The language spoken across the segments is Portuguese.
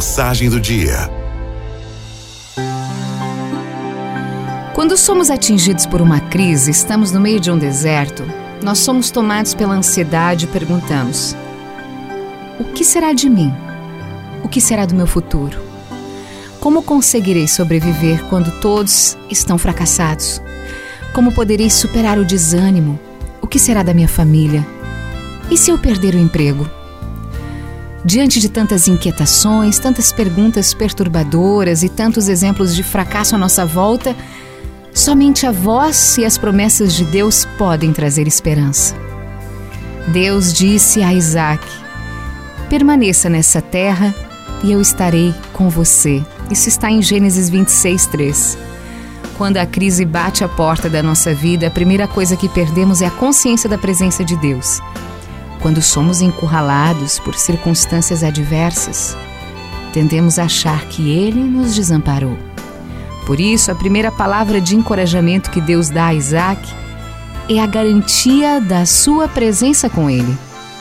Mensagem do dia. Quando somos atingidos por uma crise, estamos no meio de um deserto, nós somos tomados pela ansiedade e perguntamos: o que será de mim? O que será do meu futuro? Como conseguirei sobreviver quando todos estão fracassados? Como poderei superar o desânimo? O que será da minha família? E se eu perder o emprego? Diante de tantas inquietações, tantas perguntas perturbadoras e tantos exemplos de fracasso à nossa volta, somente a voz e as promessas de Deus podem trazer esperança. Deus disse a Isaac: permaneça nessa terra e eu estarei com você. Isso está em Gênesis 26:3. Quando a crise bate à porta da nossa vida, a primeira coisa que perdemos é a consciência da presença de Deus. Quando somos encurralados por circunstâncias adversas, tendemos a achar que Ele nos desamparou. Por isso, a primeira palavra de encorajamento que Deus dá a Isaac é a garantia da sua presença com ele.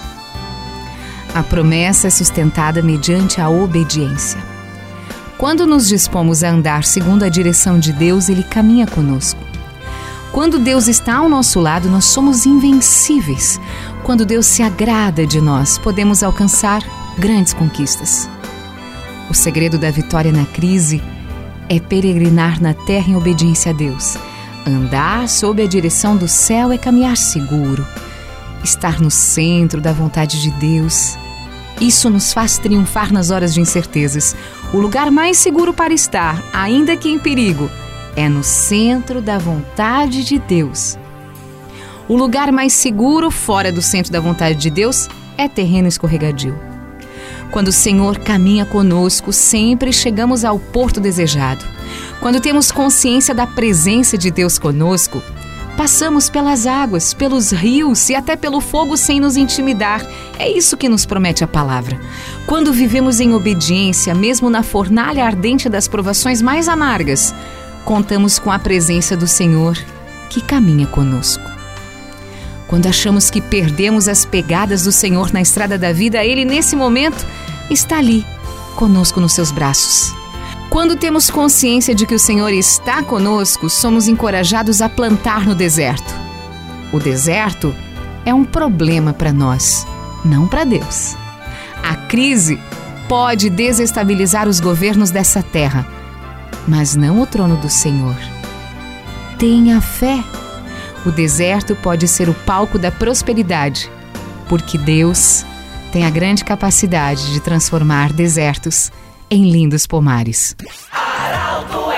A promessa é sustentada mediante a obediência. Quando nos dispomos a andar segundo a direção de Deus, Ele caminha conosco. Quando Deus está ao nosso lado, nós somos invencíveis. Quando Deus se agrada de nós, podemos alcançar grandes conquistas. O segredo da vitória na crise é peregrinar na terra em obediência a Deus. Andar sob a direção do céu é caminhar seguro. Estar no centro da vontade de Deus. Isso nos faz triunfar nas horas de incertezas. O lugar mais seguro para estar, ainda que em perigo, é no centro da vontade de Deus. O lugar mais seguro fora do centro da vontade de Deus é terreno escorregadio. Quando o Senhor caminha conosco, sempre chegamos ao porto desejado. Quando temos consciência da presença de Deus conosco, passamos pelas águas, pelos rios e até pelo fogo sem nos intimidar. É isso que nos promete a palavra. Quando vivemos em obediência, mesmo na fornalha ardente das provações mais amargas, contamos com a presença do Senhor que caminha conosco. Quando achamos que perdemos as pegadas do Senhor na estrada da vida, Ele, nesse momento, está ali, conosco nos seus braços. Quando temos consciência de que o Senhor está conosco, somos encorajados a plantar no deserto. O deserto é um problema para nós, não para Deus. A crise pode desestabilizar os governos dessa terra, mas não o trono do Senhor. Tenha fé. O deserto pode ser o palco da prosperidade, porque Deus tem a grande capacidade de transformar desertos em lindos pomares. Arauto